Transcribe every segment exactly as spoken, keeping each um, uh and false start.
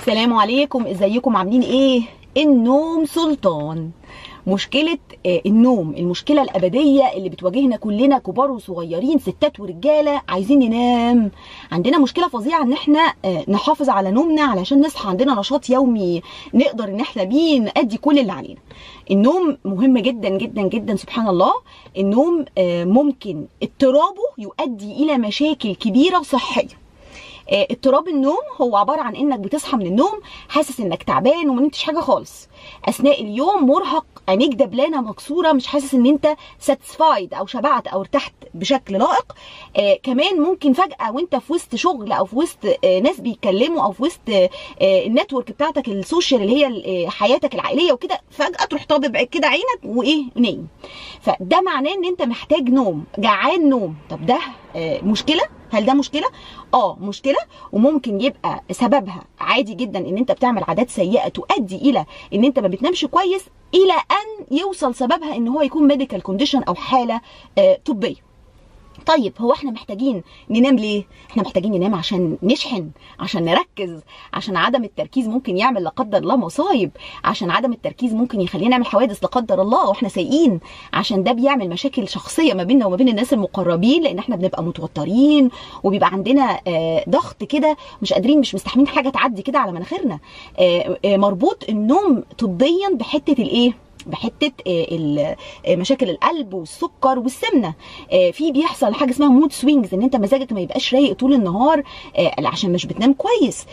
السلام عليكم، ازيكم عاملين ايه؟ النوم سلطان. مشكلة النوم المشكلة الأبدية اللي بتواجهنا كلنا، كبار وصغيرين، ستات ورجالة، عايزين ننام. عندنا مشكلة فظيعة ان احنا نحافظ على نومنا علشان نصحى عندنا نشاط يومي نقدر ان احنا بيه نأدي كل اللي علينا. النوم مهم جدا جدا جدا، سبحان الله. النوم ممكن اضطرابه يؤدي إلى مشاكل كبيرة وصحية. اضطراب النوم هو عباره عن انك بتصحى من النوم حاسس انك تعبان وما نمتش حاجه خالص، اثناء اليوم مرهق، عينيك دبلانه مكسوره، مش حاسس ان انت ساتسفايد او شبعت او ارتحت بشكل لائق. آه كمان ممكن فجاه وانت في وسط شغل او في وسط آه ناس بيتكلموا او في وسط آه النتورك بتاعتك السوشيال اللي هي حياتك العائليه وكده، فجاه تروح طابب كده عينك وايه نايم. فده معناه ان انت محتاج نوم، جعان نوم. طب ده آه مشكله؟ هل ده مشكله؟ اه مشكله، وممكن يبقى سببها عادي جدا ان انت بتعمل عادات سيئه تؤدي الى ان انت ما بتنامش كويس، الى ان يوصل سببها ان هو يكون ميديكال كونديشن او حاله آه طبيه. طيب هو احنا محتاجين ننام ليه؟ احنا محتاجين ننام عشان نشحن، عشان نركز، عشان عدم التركيز ممكن يعمل لا قدر الله مصايب، عشان عدم التركيز ممكن يخلينا نعمل حوادث لا قدر الله واحنا سايقين، عشان ده بيعمل مشاكل شخصيه ما بيننا وما بين الناس المقربين، لان احنا بنبقى متوترين وبيبقى عندنا آه ضغط كده، مش قادرين، مش مستحملين حاجه تعدي كده على مناخيرنا. آه آه مربوط النوم طبيا بحته الايه؟ بحته مشاكل القلب والسكر والسمنه. في بيحصل حاجه اسمها مود سوينجز، ان انت مزاجك ما يبقاش رايق طول النهار عشان مش بتنام كويس.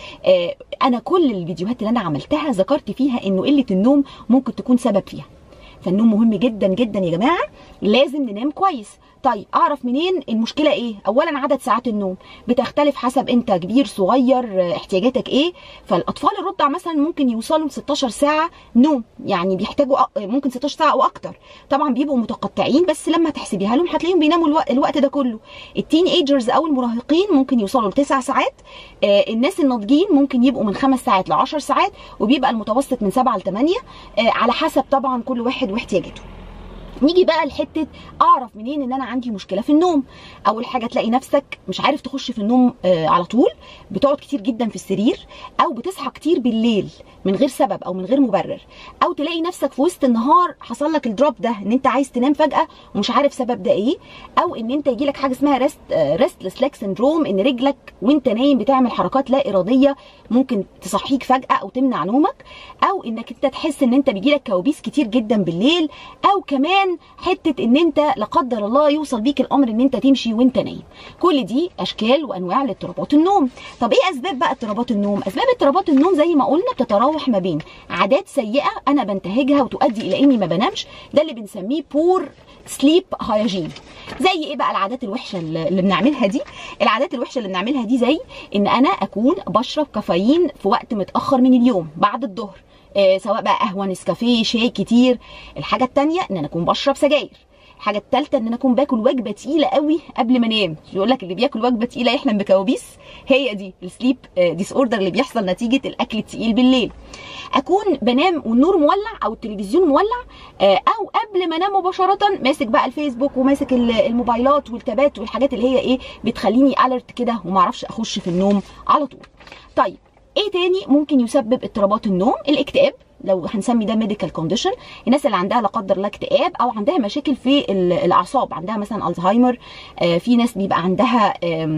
انا كل الفيديوهات اللي انا عملتها ذكرت فيها انه قله النوم ممكن تكون سبب فيها. فالنوم مهم جدا جدا يا جماعه، لازم ننام كويس. طيب اعرف منين المشكله ايه؟ اولا عدد ساعات النوم بتختلف حسب انت كبير صغير، احتياجاتك ايه. فالاطفال الرضع مثلا ممكن يوصلوا ل ستاشر ساعه نوم، يعني بيحتاجوا ممكن ستاشر ساعه او اكتر. طبعا بيبقوا متقطعين، بس لما تحسبيها لهم هتلاقيهم بيناموا الوقت, الوقت ده كله. التين ايجرز او المراهقين ممكن يوصلوا لتسع ساعات. آه الناس الناضجين ممكن يبقوا من خمس ساعات لعشر ساعات، وبيبقى المتوسط من سبعه لثمانيه، آه على حسب طبعا كل واحد واحتياجاته. نيجي بقى لحته اعرف منين ان انا عندي مشكله في النوم. اول حاجه تلاقي نفسك مش عارف تخش في النوم آه على طول، بتقعد كتير جدا في السرير، او بتصحى كتير بالليل من غير سبب او من غير مبرر، او تلاقي نفسك في وسط النهار حصل لك الدروب ده ان انت عايز تنام فجاه ومش عارف سبب ده ايه، او ان انت يجي لك حاجه اسمها ريست ريستلس ليج سندروم، ان رجلك وانت نايم بتعمل حركات لا اراديه ممكن تصحيك فجاه او تمنع نومك، او انك انت تحس ان انت بيجي لك كوابيس كتير جدا بالليل، او كمان حته ان انت لا قدر الله يوصل بيك الامر ان انت تمشي وانت نايم. كل دي اشكال وانواع لاضطرابات النوم. طب ايه اسباب بقى اضطرابات النوم؟ اسباب اضطرابات النوم زي ما قلنا بتتراوح ما بين عادات سيئه انا بنتهجها وتؤدي الى اني ما بنامش، ده اللي بنسميه بور سليب هايجين. زي ايه بقى العادات الوحشه اللي بنعملها دي؟ العادات الوحشه اللي بنعملها دي زي ان انا اكون بشرب كافيين في وقت متاخر من اليوم بعد الظهر، آه سواء بقى قهوه، نسكافيه، شاي كتير. الحاجه الثانيه ان انا اكون بشرب سجاير. الحاجه الثالثه ان انا اكون باكل وجبه تقيله قوي قبل ما انام. يقول لك اللي بياكل وجبه تقيله يحلم بكوابيس، هي دي السليب ديس اوردر اللي بيحصل نتيجه الاكل التقيل بالليل. اكون بنام والنور مولع او التلفزيون مولع، او قبل ما انام مباشره ماسك بقى الفيسبوك وماسك الموبايلات والتابات والحاجات اللي هي ايه بتخليني الرت كده وما اعرفش اخش في النوم على طول. طيب ايه تاني ممكن يسبب اضطرابات النوم؟ الاكتئاب، لو هنسمي ده ميديكال كونديشن. الناس اللي عندها لا قدر الله اكتئاب او عندها مشاكل في الاعصاب، عندها مثلا الزهايمر، في ناس بيبقى عندها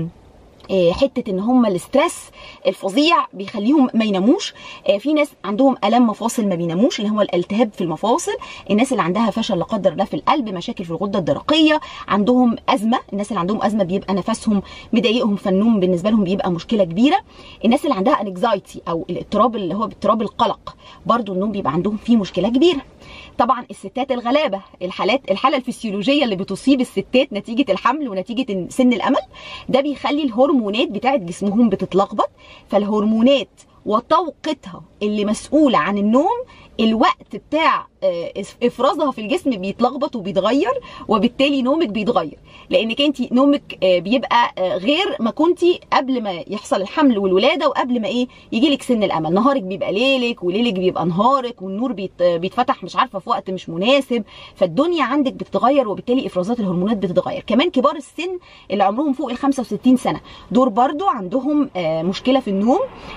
حته ان هم الاسترس الفظيع بيخليهم ما يناموش، في ناس عندهم الام مفاصل ما بيناموش اللي هو الالتهاب في المفاصل، الناس اللي عندها فشل لا قدر الله في القلب، مشاكل في الغده الدرقيه، عندهم ازمه، الناس اللي عندهم ازمه بيبقى نفسهم مضايقهم فالنوم بالنسبه لهم بيبقى مشكله كبيره، الناس اللي عندها انكزايتي او الاضطراب اللي هو اضطراب القلق برضو النوم بيبقى عندهم فيه مشكله كبيره. طبعا الستات الغلابه، الحالات الحاله الفسيولوجيه اللي بتصيب الستات نتيجه الحمل ونتيجه سن الامل، ده بيخلي الهرمونات بتاعت جسمهم بتتلخبط، فالهرمونات وطاقتها اللي مسؤوله عن النوم الوقت بتاع افرازها في الجسم بيتلخبط وبيتغير، وبالتالي نومك بيتغير، لانك انت نومك بيبقى غير ما كنتي قبل ما يحصل الحمل والولاده، وقبل ما ايه يجيلك سن الامل. نهارك بيبقى ليلك، وليلك بيبقى نهارك، والنور بيت بيتفتح مش عارفه في وقت مش مناسب، فالدنيا عندك بتتغير، وبالتالي افرازات الهرمونات بتتغير. كمان كبار السن اللي عمرهم فوق ال خمسة وستين سنه دول برضو عندهم مشكله في النوم،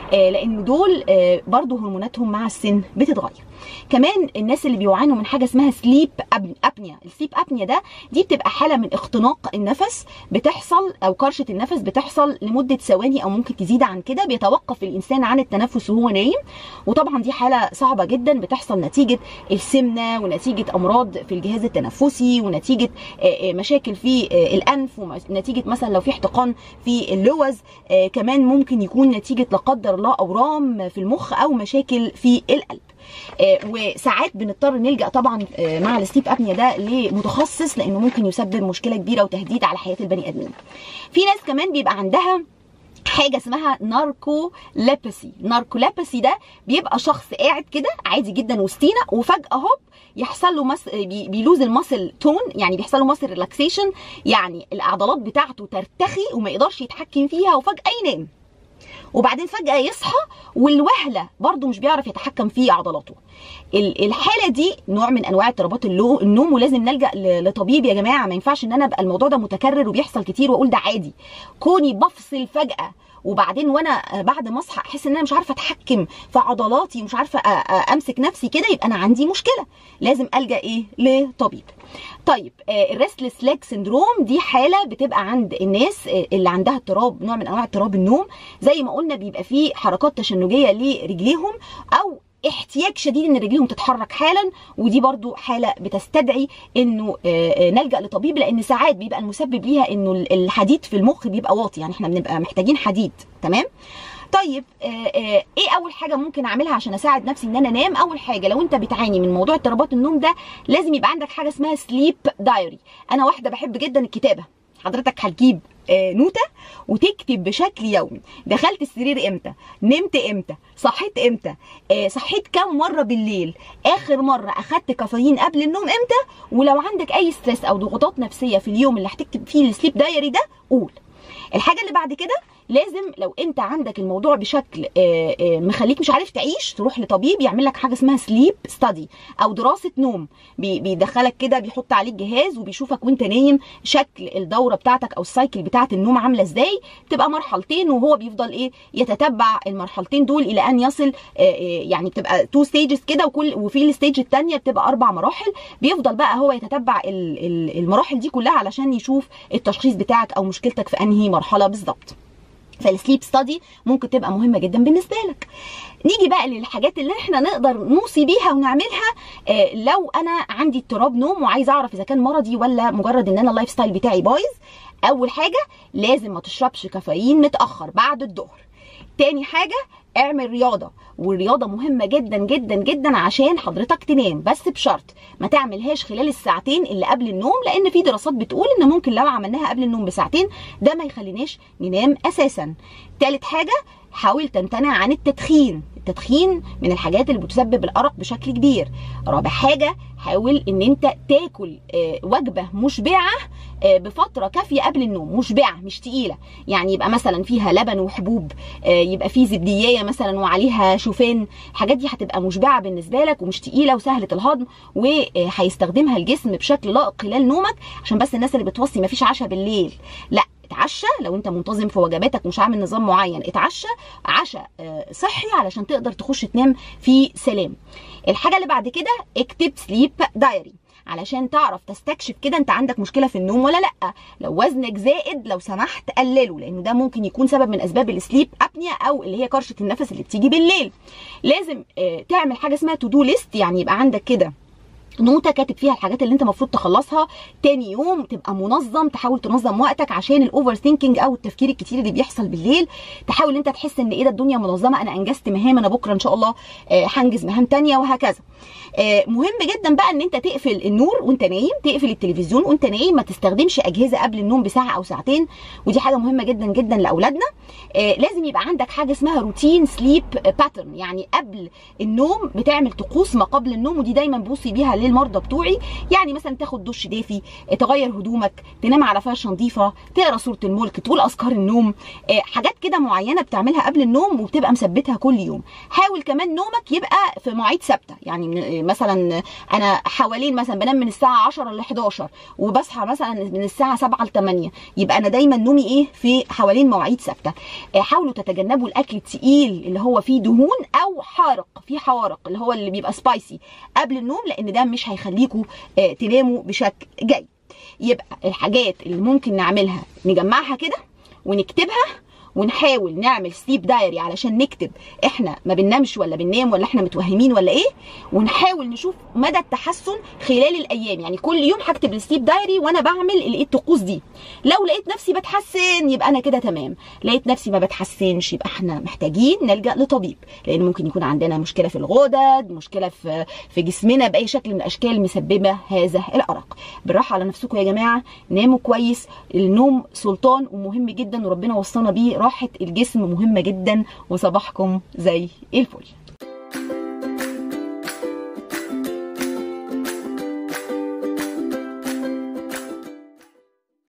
لان دول برضو هرموناتهم مع السن بتتغير. كمان الناس اللي بيعانوا من حاجه اسمها سليب ابنيا. السليب ابنيا ده دي بتبقى حاله من اختناق النفس بتحصل، او كرشه النفس بتحصل لمده ثواني او ممكن تزيد عن كده، بيتوقف الانسان عن التنفس وهو نايم. وطبعا دي حاله صعبه جدا بتحصل نتيجه السمنه، ونتيجه امراض في الجهاز التنفسي، ونتيجه مشاكل في الانف، ونتيجه مثلا لو في احتقان في اللوز. كمان ممكن يكون نتيجه لا قدر الله اورام في المخ او مشاكل في القلب. آه وساعات بنضطر نلجأ طبعا آه مع السليب ابنيا ده لمتخصص، لانه ممكن يسبب مشكله كبيره وتهديد على حياه البني ادمين. في ناس كمان بيبقى عندها حاجه اسمها ناركوليبسي. ناركوليبسي ده بيبقى شخص قاعد كده عادي جدا وسطينا، وفجاه هوب يحصل له مس... بي... بيلوز الماسل تون، يعني بيحصل له ماسل ريلاكسيشن، يعني العضلات بتاعته ترتخي وما يقدرش يتحكم فيها، وفجاه ينام، وبعدين فجأة يصحى والوهلة برضو مش بيعرف يتحكم في عضلاته. الحالة دي نوع من انواع اضطرابات النوم، ولازم نلجأ لطبيب يا جماعة. ما ينفعش ان انا ابقى الموضوع ده متكرر وبيحصل كتير واقول ده عادي. كوني بفصل فجأة وبعدين وانا بعد ما اصحى احس ان انا مش عارفه اتحكم في عضلاتي ومش عارفه امسك نفسي كده، يبقى انا عندي مشكله، لازم الجا ايه لطبيب. طيب الريستلس ليج سندروم دي حاله بتبقى عند الناس اللي عندها اضطراب، نوع من انواع اضطراب النوم. زي ما قلنا بيبقى فيه حركات تشنجيه لرجليهم، او احتياج شديد ان رجليهم تتحرك حالا، ودي برضو حاله بتستدعي انه نلجا لطبيب، لان ساعات بيبقى المسبب ليها انه الحديد في المخ بيبقى واطي، يعني احنا بنبقى محتاجين حديد. تمام. طيب ايه اول حاجه ممكن اعملها عشان اساعد نفسي ان انا انام؟ اول حاجه لو انت بتعاني من موضوع اضطرابات النوم ده، لازم يبقى عندك حاجه اسمها سليب دايري. انا واحده بحب جدا الكتابه، حضرتك هتجيب نوتة وتكتب بشكل يومي دخلت السرير امتى، نمت امتى، صحيت امتى، صحيت كام مره بالليل، اخر مره اخدت كافيين قبل النوم امتى، ولو عندك اي ستريس او ضغوطات نفسيه في اليوم اللي هتكتب فيه السليب دايري ده قول. الحاجه اللي بعد كده لازم لو انت عندك الموضوع بشكل مخليك مش عارف تعيش، تروح لطبيب يعمل لك حاجه اسمها سليب ستادي او دراسه نوم. بيدخلك كده، بيحط عليك جهاز وبيشوفك وانت نايم شكل الدوره بتاعتك او السايكل بتاعه النوم عامله ازاي. بتبقى مرحلتين، وهو بيفضل ايه يتتبع المرحلتين دول الى ان يصل، يعني بتبقى تو ستيجز كده، وكل وفي الستيج الثانيه بتبقى اربع مراحل. بيفضل بقى هو يتتبع المراحل دي كلها علشان يشوف التشخيص بتاعك او مشكلتك في انهي مرحله بالظبط. فالسليب ستادي ممكن تبقى مهمه جدا بالنسبه لك. نيجي بقى للحاجات اللي احنا نقدر نوصي بيها ونعملها آه لو انا عندي اضطراب نوم وعايزه اعرف اذا كان مرضي ولا مجرد ان انا اللايف ستايل بتاعي بايظ. اول حاجه لازم ما تشربش كافيين متاخر بعد الظهر. تاني حاجه اعمل رياضه، والرياضه مهمه جدا جدا جدا عشان حضرتك تنام، بس بشرط ما تعملهاش خلال الساعتين اللي قبل النوم، لان في دراسات بتقول ان ممكن لو عملناها قبل النوم بساعتين ده ما يخليناش ننام اساسا. تالت حاجه حاول تمتنع عن التدخين. التدخين من الحاجات اللي بتسبب الارق بشكل كبير. رابع حاجه حاول ان انت تاكل آه وجبه مشبعه آه بفتره كافيه قبل النوم، مشبعه مش تقيله، يعني يبقى مثلا فيها لبن وحبوب، آه يبقى في زبديه مثلا وعليها شوفان. الحاجات دي هتبقى مشبعه بالنسبه لك ومش تقيله وسهله الهضم، وهيستخدمها الجسم بشكل لائق خلال نومك. عشان بس الناس اللي بتوصي مفيش عشاء بالليل، لا اتعشى لو انت منتظم في وجباتك مش عامل نظام معين، اتعشى عشاء صحي علشان تقدر تخش تنام في سلام. الحاجه اللي بعد كده اكتب سليب دايري علشان تعرف تستكشف كده انت عندك مشكله في النوم ولا لا. لو وزنك زائد لو سمحت قلله، لانه ده ممكن يكون سبب من اسباب السليب ابنيا او اللي هي كرشه النفس اللي بتيجي بالليل. لازم اه تعمل حاجه اسمها تو دو ليست، يعني يبقى عندك كده نوته كاتب فيها الحاجات اللي انت المفروض تخلصها تاني يوم، تبقى منظم، تحاول تنظم وقتك عشان الاوفر ثينكينج او التفكير الكتير اللي بيحصل بالليل. تحاول انت تحس ان ايه ده الدنيا منظمه، انا انجزت مهام، انا بكره ان شاء الله هنجز مهام تانية وهكذا. مهم جدا بقى ان انت تقفل النور وانت نايم، تقفل التلفزيون وانت نايم، ما تستخدمش اجهزه قبل النوم بساعه او ساعتين، ودي حاجه مهمه جدا جدا لاولادنا. لازم يبقى عندك حاجه اسمها روتين سليب باترن، يعني قبل النوم بتعمل طقوس ما قبل النوم، ودي دايما بوصي بيها للمرضى بتوعي. يعني مثلا تاخد دش دافي، تغير هدومك، تنام على فرشه نظيفه، تقرا سوره الملك، تقول اذكار النوم، حاجات كده معينه بتعملها قبل النوم وبتبقى مثبتها كل يوم. حاول كمان نومك يبقى في مواعيد ثابته، يعني مثلا انا حوالين مثلا بنام من الساعه عشرة ل حداشر وبصحى مثلا من الساعه سبعة ل تمانية، يبقى انا دايما نومي ايه في حوالين مواعيد ثابته. حاولوا تتجنبوا الاكل الثقيل اللي هو فيه دهون او حارق، فيه حوارق اللي هو اللي بيبقى سبايسي قبل النوم، لان ده مش هيخليكم تناموا بشكل جيد. يبقى الحاجات اللي ممكن نعملها نجمعها كده ونكتبها، ونحاول نعمل سليب دايري علشان نكتب احنا ما بننامش ولا بننام ولا احنا متوهمين ولا ايه، ونحاول نشوف مدى التحسن خلال الايام. يعني كل يوم هكتب السليب دايري وانا بعمل الطقوس دي، لو لقيت نفسي بتحسن يبقى انا كده تمام، لقيت نفسي ما بتحسنش يبقى احنا محتاجين نلجا لطبيب، لان ممكن يكون عندنا مشكله في الغدد، مشكله في في جسمنا باي شكل من الاشكال مسببه هذا الارق. بالراحه على نفسكم يا جماعه، ناموا كويس، النوم سلطان ومهم جدا وربنا وصانا بيه، راحه الجسم مهمه جدا، وصباحكم زي الفل.